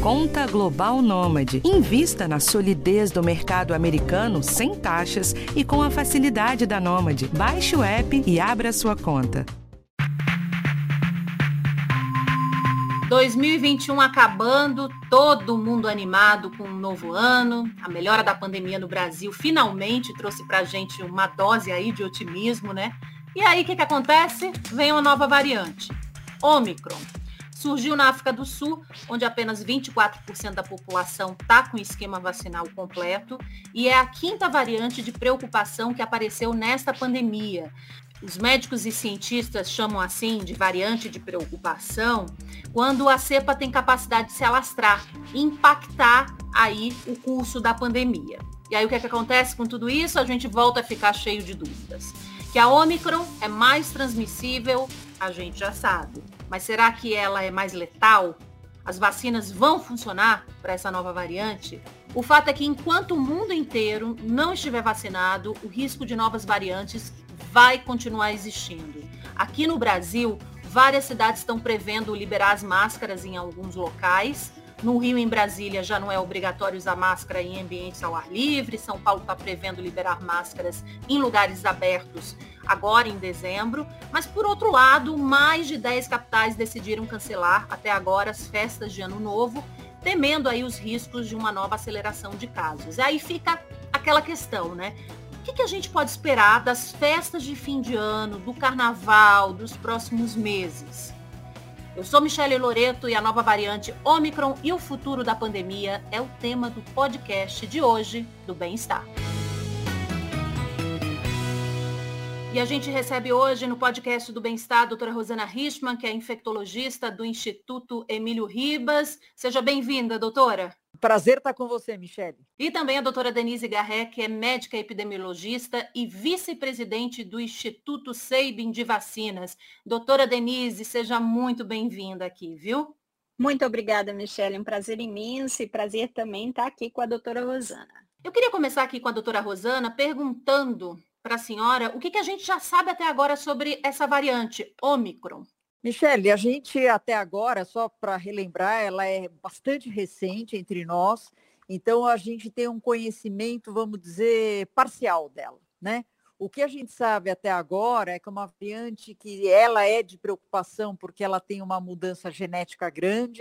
Conta Global Nômade. Invista na solidez do mercado americano sem taxas e com a facilidade da Nômade. Baixe o app e abra sua conta. 2021 acabando, todo mundo animado com um novo ano. A melhora da pandemia no Brasil finalmente trouxe pra gente uma dose aí de otimismo, né? E aí, o que acontece? Vem uma nova variante, Ômicron. Surgiu na África do Sul, onde apenas 24% da população está com esquema vacinal completo, e é a quinta variante de preocupação que apareceu nesta pandemia. Os médicos e cientistas chamam assim de variante de preocupação quando a cepa tem capacidade de se alastrar e impactar aí o curso da pandemia. E aí o que acontece com tudo isso? A gente volta a ficar cheio de dúvidas. Que a Ômicron é mais transmissível, a gente já sabe. Mas será que ela é mais letal? As vacinas vão funcionar para essa nova variante? O fato é que enquanto o mundo inteiro não estiver vacinado, o risco de novas variantes vai continuar existindo. Aqui no Brasil, várias cidades estão prevendo liberar as máscaras em alguns locais. No Rio e em Brasília já não é obrigatório usar máscara em ambientes ao ar livre. São Paulo está prevendo liberar máscaras em lugares abertos agora em dezembro. Mas, por outro lado, mais de 10 capitais decidiram cancelar até agora as festas de Ano Novo, temendo aí os riscos de uma nova aceleração de casos. E aí fica aquela questão, né? O que a gente pode esperar das festas de fim de ano, do carnaval, dos próximos meses? Eu sou Michele Loreto e a nova variante Ômicron e o futuro da pandemia é o tema do podcast de hoje do Bem-Estar. E a gente recebe hoje no podcast do Bem-Estar a doutora Rosana Richman, que é infectologista do Instituto Emílio Ribas. Seja bem-vinda, doutora. Prazer estar com você, Michele. E também a doutora Denise Garré, que é médica epidemiologista e vice-presidente do Instituto Sabin de Vacinas. Doutora Denise, seja muito bem-vinda aqui, viu? Muito obrigada, Michele. Um prazer imenso e prazer também estar aqui com a doutora Rosana. Eu queria começar aqui com a doutora Rosana perguntando para a senhora o que a gente já sabe até agora sobre essa variante, Ômicron. Michele, a gente até agora, só para relembrar, ela é bastante recente entre nós, então a gente tem um conhecimento, vamos dizer, parcial dela, né? O que a gente sabe até agora é que é uma variante que ela é de preocupação porque ela tem uma mudança genética grande,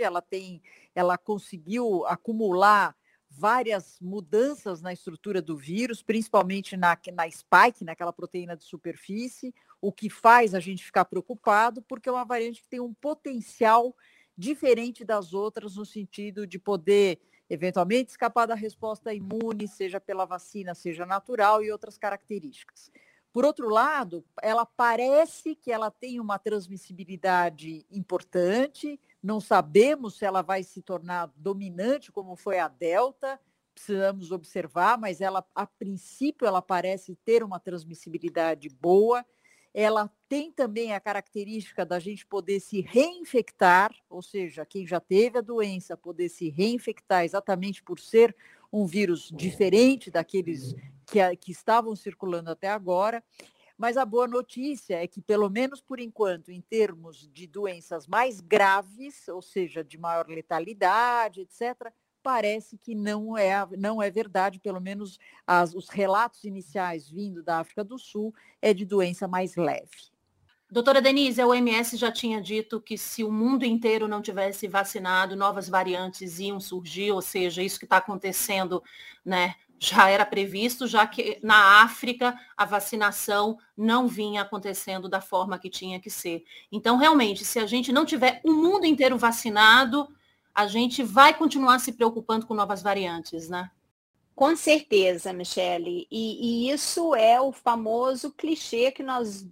ela conseguiu acumular várias mudanças na estrutura do vírus, principalmente na spike, naquela proteína de superfície, o que faz a gente ficar preocupado, porque é uma variante que tem um potencial diferente das outras, no sentido de poder, eventualmente, escapar da resposta imune, seja pela vacina, seja natural, e outras características. Por outro lado, ela parece que ela tem uma transmissibilidade importante, não sabemos se ela vai se tornar dominante, como foi a Delta, precisamos observar, mas ela, a princípio, ela parece ter uma transmissibilidade boa. Ela tem também a característica da gente poder se reinfectar, ou seja, quem já teve a doença poder se reinfectar exatamente por ser um vírus diferente daqueles que estavam circulando até agora. Mas a boa notícia é que, pelo menos por enquanto, em termos de doenças mais graves, ou seja, de maior letalidade, etc., parece que não é verdade, pelo menos os relatos iniciais vindo da África do Sul é de doença mais leve. Doutora Denise, a OMS já tinha dito que se o mundo inteiro não tivesse vacinado, novas variantes iam surgir, ou seja, isso que está acontecendo, né, já era previsto, já que na África a vacinação não vinha acontecendo da forma que tinha que ser. Então, realmente, se a gente não tiver o mundo inteiro vacinado, a gente vai continuar se preocupando com novas variantes, né? Com certeza, Michele. E isso é o famoso clichê que nós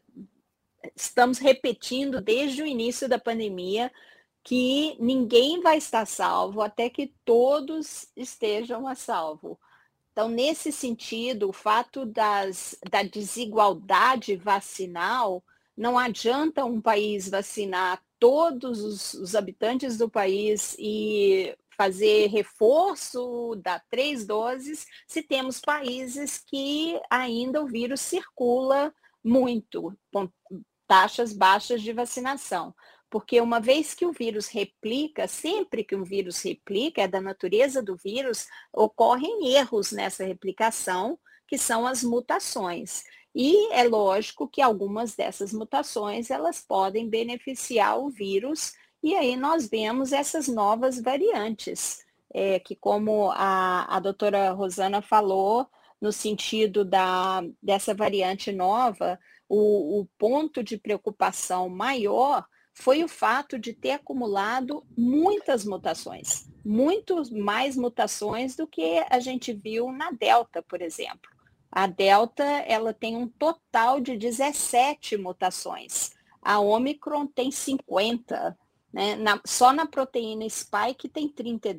estamos repetindo desde o início da pandemia, que ninguém vai estar salvo até que todos estejam a salvo. Então, nesse sentido, o fato da desigualdade vacinal, não adianta um país vacinar todos os habitantes do país e fazer reforço, dar 3 doses, se temos países que ainda o vírus circula muito, com taxas baixas de vacinação. porque uma vez que o vírus replica, sempre que um vírus replica, é da natureza do vírus, ocorrem erros nessa replicação, que são as mutações. E é lógico que algumas dessas mutações, elas podem beneficiar o vírus, e aí nós vemos essas novas variantes, que como a doutora Rosana falou, no sentido dessa variante nova, o ponto de preocupação maior foi o fato de ter acumulado muitas mutações, muito mais mutações do que a gente viu na Delta, por exemplo. A Delta, ela tem um total de 17 mutações. A Omicron tem 50, né? Só na proteína spike tem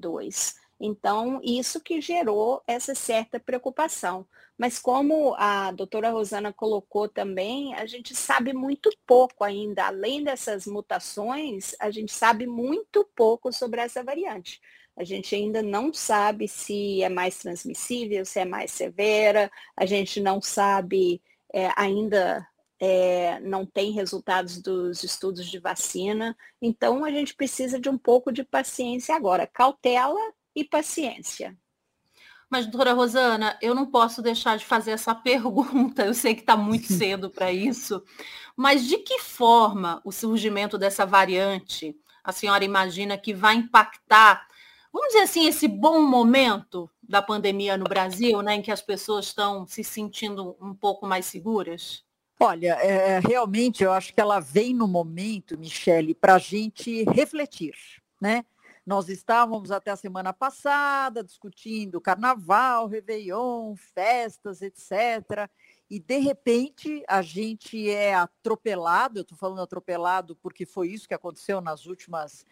32. Então, isso que gerou essa certa preocupação. Mas como a doutora Rosana colocou também, a gente sabe muito pouco ainda. Além dessas mutações, a gente sabe muito pouco sobre essa variante. A gente ainda não sabe se é mais transmissível, se é mais severa, a gente não sabe ainda, não tem resultados dos estudos de vacina. Então, a gente precisa de um pouco de paciência agora, cautela e paciência. Mas, doutora Rosana, eu não posso deixar de fazer essa pergunta, eu sei que está muito cedo para isso, mas de que forma o surgimento dessa variante, a senhora imagina que vai impactar, vamos dizer assim, esse bom momento da pandemia no Brasil, né, em que as pessoas estão se sentindo um pouco mais seguras? Olha, realmente eu acho que ela vem no momento, Michele, para a gente refletir, né? Nós estávamos até a semana passada discutindo carnaval, réveillon, festas, etc. E, de repente, a gente é atropelado, eu estou falando atropelado porque foi isso que aconteceu nas últimas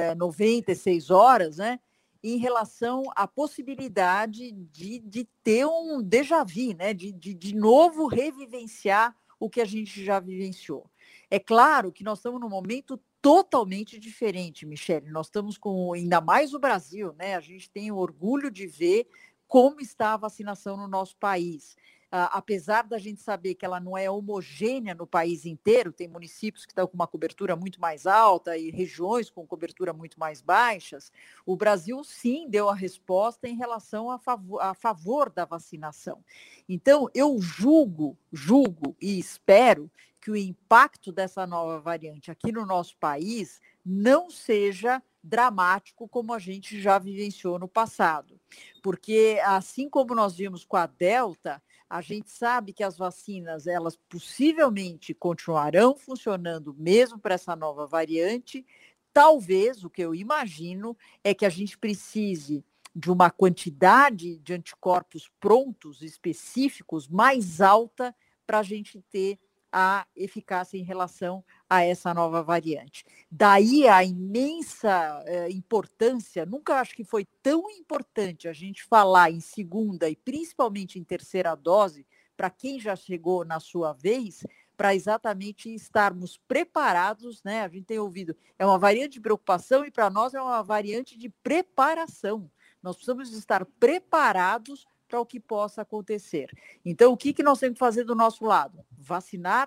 96 horas, né? Em relação à possibilidade de ter um déjà vu, né? De novo revivenciar o que a gente já vivenciou. É claro que nós estamos num momento totalmente diferente, Michele. Nós estamos com, ainda mais o Brasil, né? A gente tem o orgulho de ver como está a vacinação no nosso país. Apesar da gente saber que ela não é homogênea no país inteiro, tem municípios que estão com uma cobertura muito mais alta e regiões com cobertura muito mais baixas, o Brasil sim deu a resposta em relação a favor da vacinação. Então, eu julgo e espero que o impacto dessa nova variante aqui no nosso país não seja dramático como a gente já vivenciou no passado. Porque, assim como nós vimos com a Delta, a gente sabe que as vacinas, elas possivelmente continuarão funcionando mesmo para essa nova variante. Talvez, o que eu imagino, é que a gente precise de uma quantidade de anticorpos prontos, específicos, mais alta para a gente ter a eficácia em relação a essa nova variante. Daí a imensa importância, nunca acho que foi tão importante a gente falar em segunda e principalmente em terceira dose, para quem já chegou na sua vez, para exatamente estarmos preparados, né? A gente tem ouvido, é uma variante de preocupação e para nós é uma variante de preparação. Nós precisamos estar preparados para o que possa acontecer. Então, o que nós temos que fazer do nosso lado? Vacinar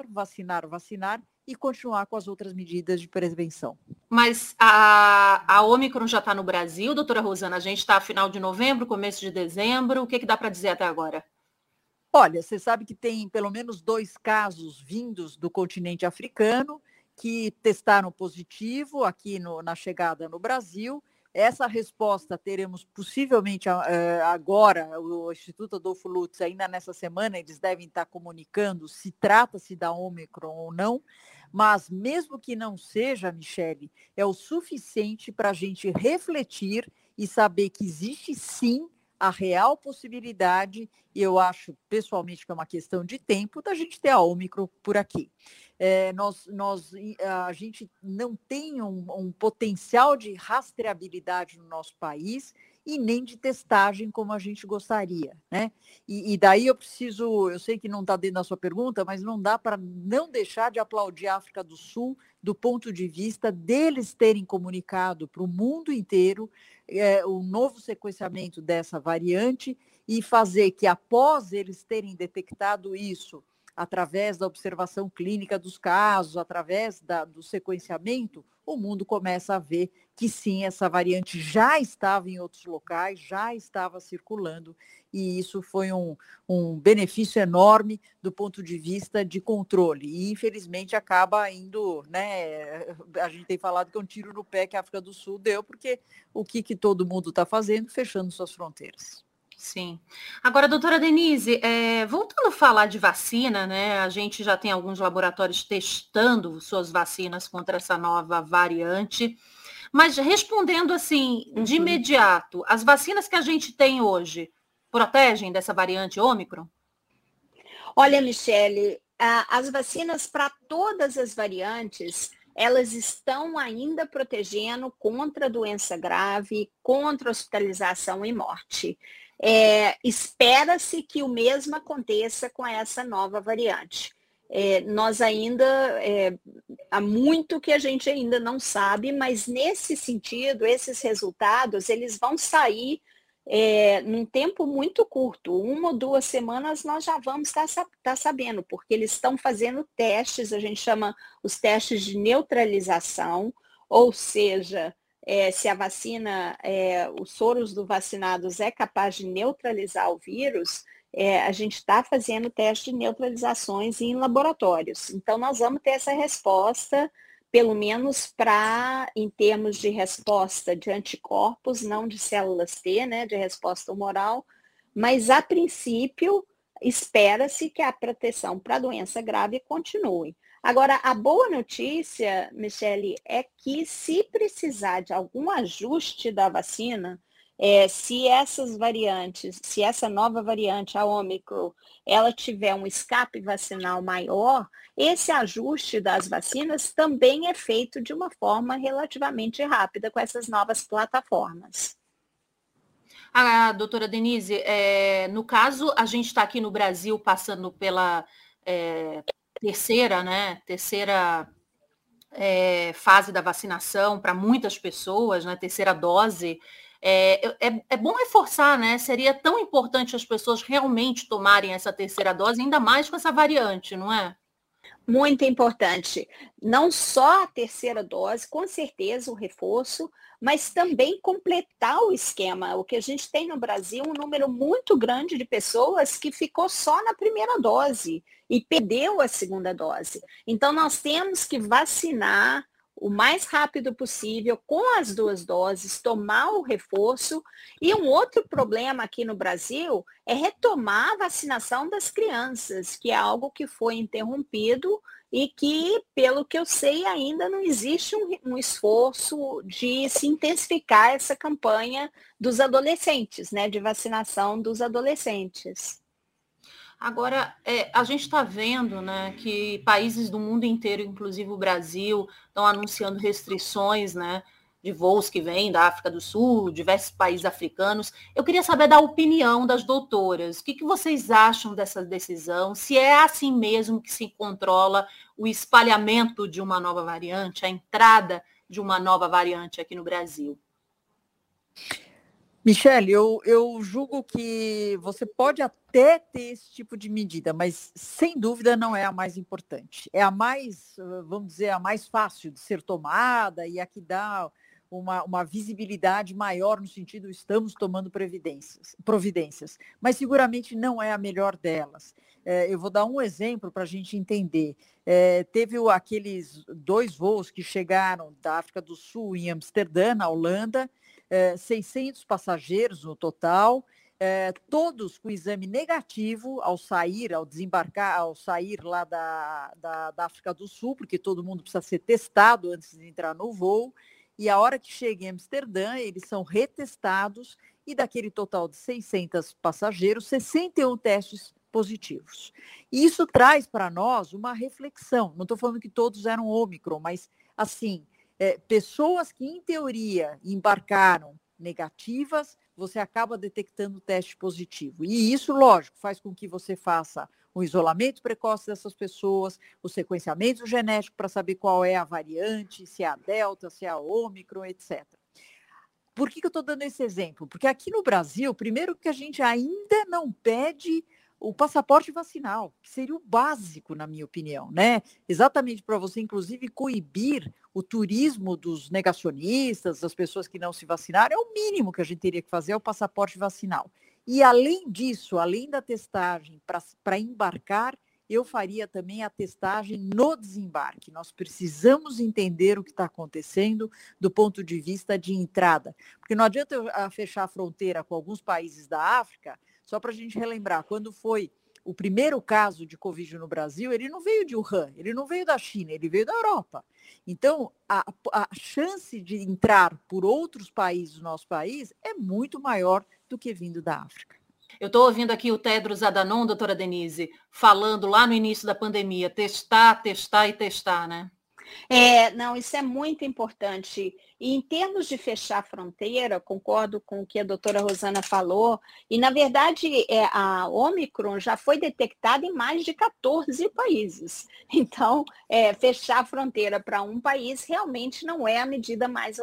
e continuar com as outras medidas de prevenção. Mas a Omicron já está no Brasil, doutora Rosana? A gente está final de novembro, começo de dezembro. O que dá para dizer até agora? Olha, você sabe que tem pelo menos 2 casos vindos do continente africano que testaram positivo aqui na chegada no Brasil. Essa resposta teremos possivelmente agora, o Instituto Adolfo Lutz, ainda nessa semana, eles devem estar comunicando se trata-se da Omicron ou não, mas mesmo que não seja, Michele, é o suficiente para a gente refletir e saber que existe sim a real possibilidade, e eu acho pessoalmente que é uma questão de tempo, da gente ter a Omicron por aqui. A gente não tem um potencial de rastreabilidade no nosso país e nem de testagem como a gente gostaria, né? E daí eu sei que não está dentro da sua pergunta, mas não dá para não deixar de aplaudir a África do Sul do ponto de vista deles terem comunicado para o mundo inteiro o novo sequenciamento dessa variante e fazer que, após eles terem detectado isso, através da observação clínica dos casos, através do sequenciamento, o mundo começa a ver que sim, essa variante já estava em outros locais, já estava circulando, e isso foi um benefício enorme do ponto de vista de controle. E, infelizmente, acaba indo, né? A gente tem falado que é um tiro no pé que a África do Sul deu, porque o que todo mundo está fazendo? Fechando suas fronteiras. Sim. Agora, doutora Denise, voltando a falar de vacina, né? A gente já tem alguns laboratórios testando suas vacinas contra essa nova variante. Mas respondendo assim, de imediato, as vacinas que a gente tem hoje protegem dessa variante Ômicron? Olha, Michele, as vacinas para todas as variantes, elas estão ainda protegendo contra doença grave, contra hospitalização e morte. Espera-se que o mesmo aconteça com essa nova variante. Nós ainda, há muito que a gente ainda não sabe, mas nesse sentido, esses resultados, eles vão sair num tempo muito curto, 1 ou 2 semanas nós já vamos estar sabendo, porque eles estão fazendo testes, a gente chama os testes de neutralização, ou seja, se a vacina, os soros do vacinados é capaz de neutralizar o vírus, a gente está fazendo teste de neutralizações em laboratórios. Então, nós vamos ter essa resposta, pelo menos em termos de resposta de anticorpos, não de células T, né, de resposta humoral, mas, a princípio, espera-se que a proteção para a doença grave continue. Agora, a boa notícia, Michele, é que se precisar de algum ajuste da vacina, se essas variantes, se essa nova variante, a Ômicron, ela tiver um escape vacinal maior, esse ajuste das vacinas também é feito de uma forma relativamente rápida com essas novas plataformas. Doutora Denise, no caso, a gente está aqui no Brasil passando pela terceira fase da vacinação para muitas pessoas, né, terceira dose. É bom reforçar, né? Seria tão importante as pessoas realmente tomarem essa terceira dose, ainda mais com essa variante, não é? Muito importante. Não só a terceira dose, com certeza o reforço, mas também completar o esquema. O que a gente tem no Brasil, um número muito grande de pessoas que ficou só na primeira dose e perdeu a segunda dose. Então, nós temos que vacinar o mais rápido possível, com as 2 doses, tomar o reforço. E um outro problema aqui no Brasil é retomar a vacinação das crianças, que é algo que foi interrompido e que, pelo que eu sei, ainda não existe um esforço de se intensificar essa campanha dos adolescentes, né, de vacinação dos adolescentes. Agora, a gente está vendo, né, que países do mundo inteiro, inclusive o Brasil, estão anunciando restrições, né, de voos que vêm da África do Sul, diversos países africanos. Eu queria saber da opinião das doutoras. O que vocês acham dessa decisão? Se é assim mesmo que se controla o espalhamento de uma nova variante, a entrada de uma nova variante aqui no Brasil? Michele, eu julgo que você pode até ter esse tipo de medida, mas sem dúvida não é a mais importante. É a mais, vamos dizer, a mais fácil de ser tomada e a que dá uma visibilidade maior no sentido estamos tomando providências, mas seguramente não é a melhor delas. Eu vou dar um exemplo para a gente entender. Teve aqueles 2 voos que chegaram da África do Sul em Amsterdã, na Holanda, 600 passageiros no total, todos com exame negativo ao desembarcar, ao sair lá da África do Sul, porque todo mundo precisa ser testado antes de entrar no voo, e a hora que chega em Amsterdã, eles são retestados, e daquele total de 600 passageiros, 61 testes positivos. E isso traz para nós uma reflexão, não estou falando que todos eram Ômicron, mas assim, pessoas que, em teoria, embarcaram negativas, você acaba detectando teste positivo. E isso, lógico, faz com que você faça o isolamento precoce dessas pessoas, o sequenciamento genético para saber qual é a variante, se é a Delta, se é a Ômicron, etc. Por que eu estou dando esse exemplo? Porque aqui no Brasil, primeiro que a gente ainda não pede o passaporte vacinal, que seria o básico, na minha opinião, né? Exatamente para você, inclusive, coibir o turismo dos negacionistas, das pessoas que não se vacinaram, é o mínimo que a gente teria que fazer, é o passaporte vacinal. E, além disso, além da testagem para embarcar, eu faria também a testagem no desembarque. Nós precisamos entender o que está acontecendo do ponto de vista de entrada. Porque não adianta eu fechar a fronteira com alguns países da África, só para a gente relembrar, quando foi o primeiro caso de Covid no Brasil, ele não veio de Wuhan, ele não veio da China, ele veio da Europa. Então, a chance de entrar por outros países do nosso país é muito maior do que vindo da África. Eu estou ouvindo aqui o Tedros Adhanom, doutora Denise, falando lá no início da pandemia, testar, testar e testar, né? Não, isso é muito importante. E em termos de fechar a fronteira, concordo com o que a doutora Rosana falou, e na verdade a Ômicron já foi detectada em mais de 14 países. Então, fechar a fronteira para um país realmente não é a medida mais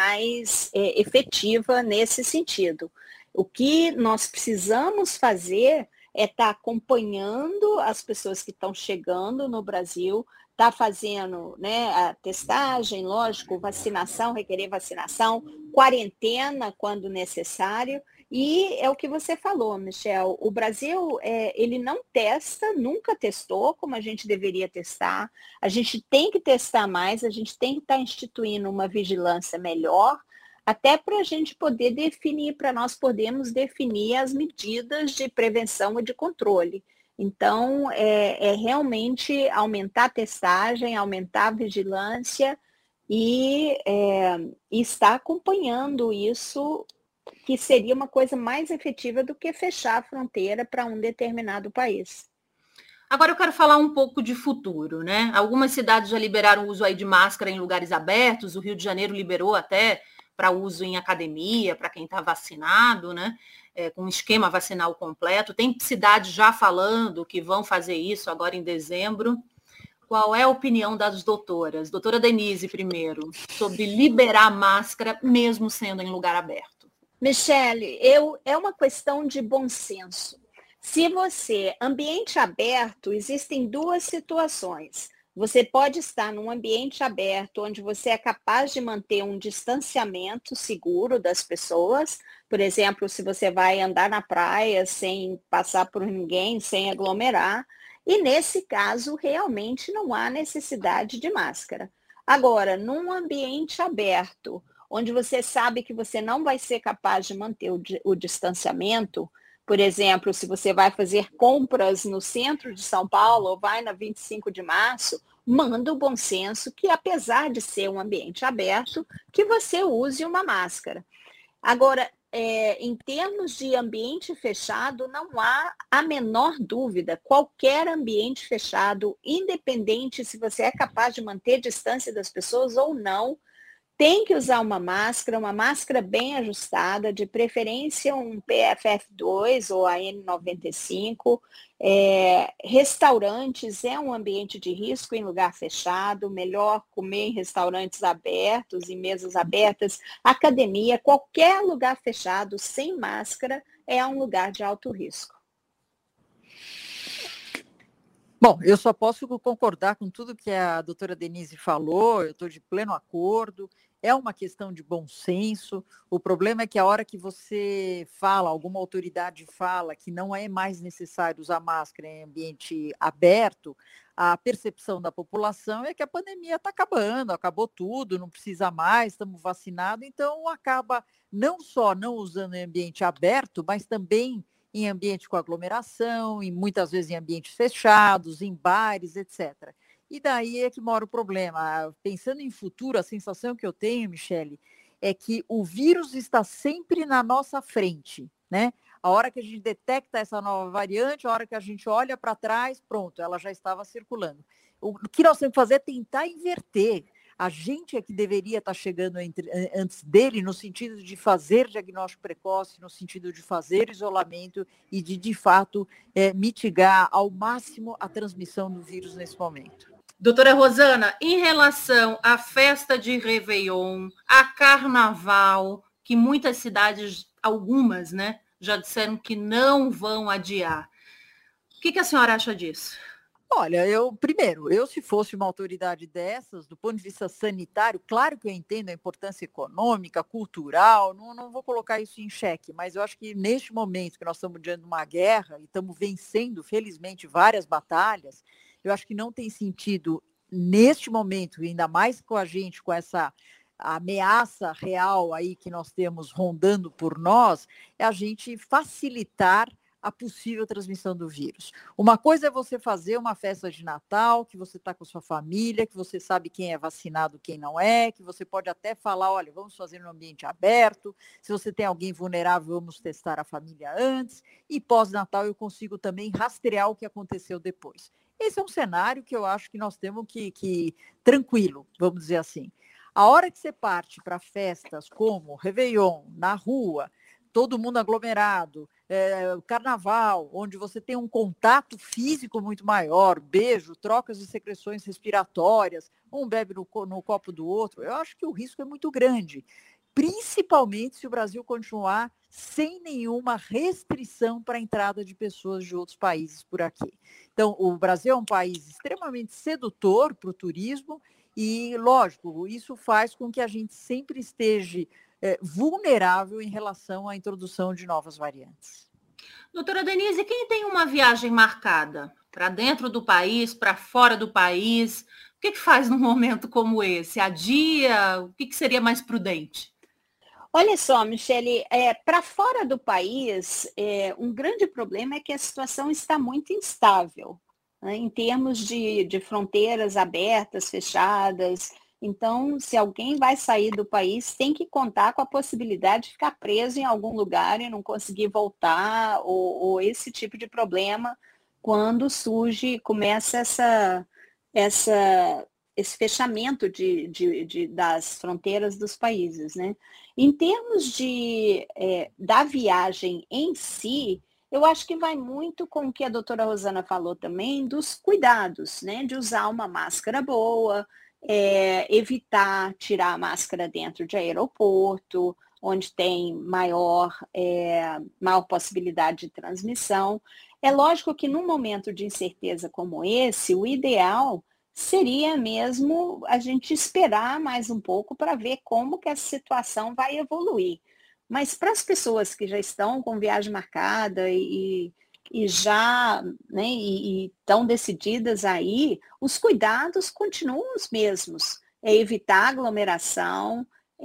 efetiva nesse sentido. O que nós precisamos fazer é estar acompanhando as pessoas que estão chegando no Brasil, está fazendo, né, a testagem, lógico, vacinação, requerer vacinação, quarentena quando necessário, e é o que você falou, Michel, o Brasil, ele não testa, nunca testou como a gente deveria testar, a gente tem que testar mais, a gente tem que estar instituindo uma vigilância melhor, até para a gente poder definir, para nós podermos definir as medidas de prevenção e de controle. Então, realmente aumentar a testagem, aumentar a vigilância e estar acompanhando isso, que seria uma coisa mais efetiva do que fechar a fronteira para um determinado país. Agora eu quero falar um pouco de futuro, né? Algumas cidades já liberaram o uso aí de máscara em lugares abertos, o Rio de Janeiro liberou até para uso em academia, para quem está vacinado, né? Com um esquema vacinal completo. Tem cidades já falando que vão fazer isso agora em dezembro. Qual é a opinião das doutoras? Doutora Denise, primeiro, sobre liberar máscara mesmo sendo em lugar aberto. Michele, é uma questão de bom senso. Se você, ambiente aberto, existem duas situações. Você pode estar num ambiente aberto onde você é capaz de manter um distanciamento seguro das pessoas. Por exemplo, se você vai andar na praia sem passar por ninguém, sem aglomerar. E nesse caso, realmente não há necessidade de máscara. Agora, num ambiente aberto, onde você sabe que você não vai ser capaz de manter o distanciamento, por exemplo, se você vai fazer compras no centro de São Paulo ou vai na 25 de março, manda o bom senso que, apesar de ser um ambiente aberto, que você use uma máscara. Agora, em termos de ambiente fechado, não há a menor dúvida. Qualquer ambiente fechado, independente se você é capaz de manter distância das pessoas ou não, tem que usar uma máscara bem ajustada, de preferência um PFF2 ou a N95. Restaurantes é um ambiente de risco em lugar fechado, melhor comer em restaurantes abertos, em mesas abertas. Academia, qualquer lugar fechado sem máscara é um lugar de alto risco. Bom, eu só posso concordar com tudo que a doutora Denise falou, eu estou de pleno acordo, é uma questão de bom senso, o problema é que a hora que você fala, alguma autoridade fala que não é mais necessário usar máscara em ambiente aberto, a percepção da população é que a pandemia está acabando, acabou tudo, não precisa mais, estamos vacinados, então acaba não só não usando em ambiente aberto, mas também em ambiente com aglomeração, e muitas vezes em ambientes fechados, em bares, etc. E daí é que mora o problema. Pensando em futuro, a sensação que eu tenho, Michele, é que o vírus está sempre na nossa frente, né? A hora que a gente detecta essa nova variante, a hora que a gente olha para trás, pronto, ela já estava circulando. O que nós temos que fazer é tentar inverter. A gente é que deveria estar chegando antes dele, no sentido de fazer diagnóstico precoce, no sentido de fazer isolamento e de fato, mitigar ao máximo a transmissão do vírus nesse momento. Doutora Rosana, em relação à festa de Réveillon, a Carnaval, que muitas cidades, algumas, né, já disseram que não vão adiar. O que a senhora acha disso? Olha, primeiro, se fosse uma autoridade dessas, do ponto de vista sanitário, claro que eu entendo a importância econômica, cultural, não vou colocar isso em xeque, mas eu acho que neste momento que nós estamos diante de uma guerra e estamos vencendo, felizmente, várias batalhas, eu acho que não tem sentido, neste momento, ainda mais com a gente, com essa ameaça real aí que nós temos rondando por nós, é a gente facilitar a possível transmissão do vírus. Uma coisa é você fazer uma festa de Natal, que você está com sua família, que você sabe quem é vacinado, quem não é, que você pode até falar, olha, vamos fazer no ambiente aberto, se você tem alguém vulnerável, vamos testar a família antes, e pós-Natal eu consigo também rastrear o que aconteceu depois. Esse é um cenário que eu acho que nós temos que tranquilo, vamos dizer assim. A hora que você parte para festas como Réveillon, na rua, todo mundo aglomerado, carnaval, onde você tem um contato físico muito maior, beijo, trocas de secreções respiratórias, um bebe no copo do outro, eu acho que o risco é muito grande, principalmente se o Brasil continuar sem nenhuma restrição para a entrada de pessoas de outros países por aqui. Então, o Brasil é um país extremamente sedutor para o turismo e, lógico, isso faz com que a gente sempre esteja vulnerável em relação à introdução de novas variantes. Doutora Denise, quem tem uma viagem marcada para dentro do país, para fora do país, o que faz num momento como esse? Adia? O que seria mais prudente? Olha só, Michele, para fora do país, um grande problema é que a situação está muito instável, né, em termos de fronteiras abertas, fechadas. Então, se alguém vai sair do país, tem que contar com a possibilidade de ficar preso em algum lugar e não conseguir voltar, ou esse tipo de problema quando começa esse fechamento das fronteiras dos países, né? Em termos da viagem em si, eu acho que vai muito com o que a doutora Rosana falou também, dos cuidados, né? De usar uma máscara boa, evitar tirar a máscara dentro de aeroporto, onde tem maior possibilidade de transmissão. É lógico que num momento de incerteza como esse, o ideal seria mesmo a gente esperar mais um pouco para ver como que essa situação vai evoluir. Mas para as pessoas que já estão com viagem marcada e já, né, e estão decididas aí, os cuidados continuam os mesmos. Evitar aglomeração,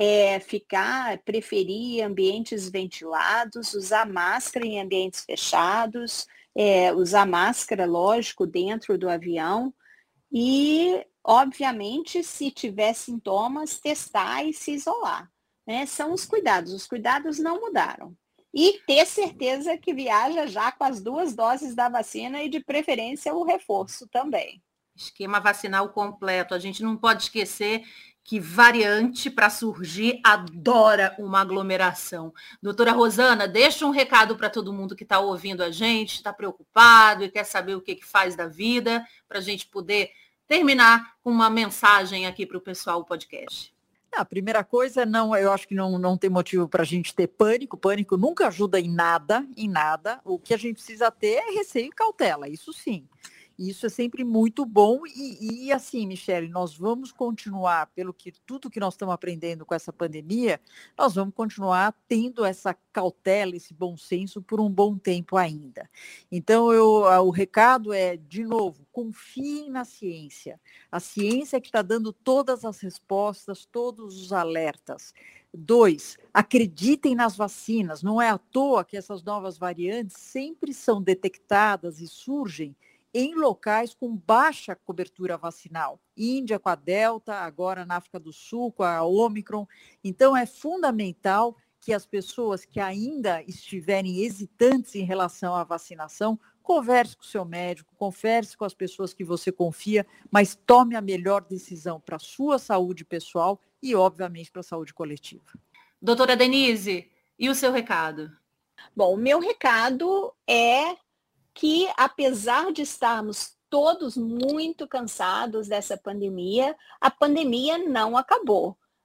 preferir ambientes ventilados, usar máscara em ambientes fechados, usar máscara, lógico, dentro do avião e, obviamente, se tiver sintomas, testar e se isolar, né? São os cuidados não mudaram. E ter certeza que viaja já com as 2 doses da vacina e, de preferência, o reforço também. Esquema vacinal completo. A gente não pode esquecer que variante para surgir adora uma aglomeração. Doutora Rosana, deixa um recado para todo mundo que está ouvindo a gente, está preocupado e quer saber o que faz da vida, para a gente poder terminar com uma mensagem aqui para o pessoal do podcast. A primeira coisa, eu acho que não tem motivo para a gente ter pânico. Pânico nunca ajuda em nada. O que a gente precisa ter é receio e cautela, isso sim. Isso é sempre muito bom e assim, Michele, nós vamos continuar, tudo que nós estamos aprendendo com essa pandemia, nós vamos continuar tendo essa cautela, esse bom senso por um bom tempo ainda. Então, o recado é, de novo, confiem na ciência. A ciência é que está dando todas as respostas, todos os alertas. 2, acreditem nas vacinas. Não é à toa que essas novas variantes sempre são detectadas e surgem em locais com baixa cobertura vacinal. Índia com a Delta, agora na África do Sul com a Ômicron. Então, é fundamental que as pessoas que ainda estiverem hesitantes em relação à vacinação, converse com o seu médico, converse com as pessoas que você confia, mas tome a melhor decisão para a sua saúde pessoal e, obviamente, para a saúde coletiva. Doutora Denise, e o seu recado? Bom, o meu recado é que, apesar de estarmos todos muito cansados dessa pandemia, a pandemia não acabou.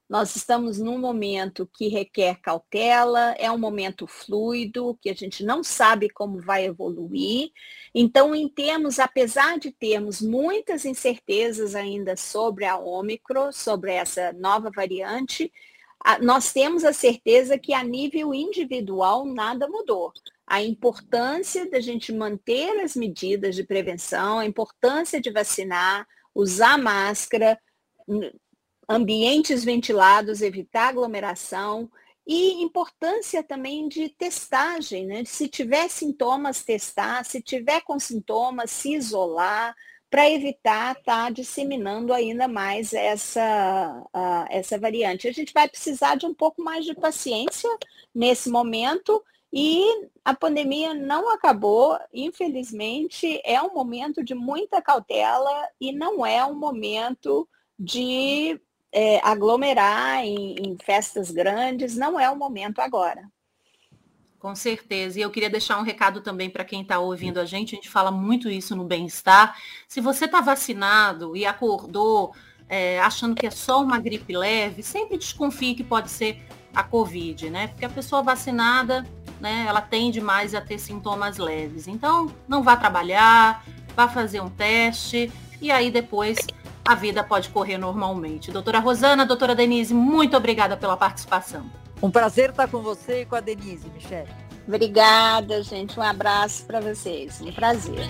Nós estamos num momento que requer cautela, é um momento fluido, que a gente não sabe como vai evoluir. Então, apesar de termos muitas incertezas ainda sobre a Ômicron, sobre essa nova variante, nós temos a certeza que a nível individual nada mudou. A importância da gente manter as medidas de prevenção, a importância de vacinar, usar máscara, ambientes ventilados, evitar aglomeração e importância também de testagem, né? Se tiver sintomas, testar, se tiver com sintomas, se isolar, para evitar estar disseminando ainda mais essa variante. A gente vai precisar de um pouco mais de paciência nesse momento e a pandemia não acabou, infelizmente, é um momento de muita cautela e não é um momento de aglomerar em festas grandes, não é o momento agora. Com certeza. E eu queria deixar um recado também para quem está ouvindo a gente fala muito isso no Bem-Estar. Se você está vacinado e acordou achando que é só uma gripe leve, sempre desconfie que pode ser a Covid, né? Porque a pessoa vacinada, né, ela tende mais a ter sintomas leves. Então, não vá trabalhar, vá fazer um teste e aí depois a vida pode correr normalmente. Doutora Rosana, doutora Denise, muito obrigada pela participação. Um prazer estar com você e com a Denise, Michele. Obrigada, gente. Um abraço para vocês. Um prazer.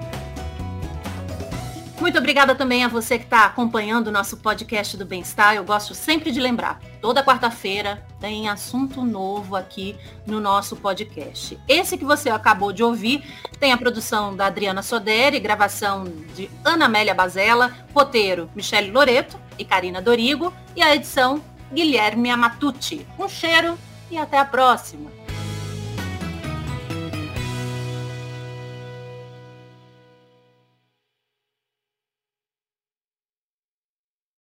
Muito obrigada também a você que está acompanhando o nosso podcast do Bem-Estar. Eu gosto sempre de lembrar, toda quarta-feira tem assunto novo aqui no nosso podcast. Esse que você acabou de ouvir tem a produção da Adriana Soderi, gravação de Ana Amélia Bazella, roteiro Michele Loreto e Karina Dorigo e a edição Guilherme Amatucci. Um cheiro e até a próxima!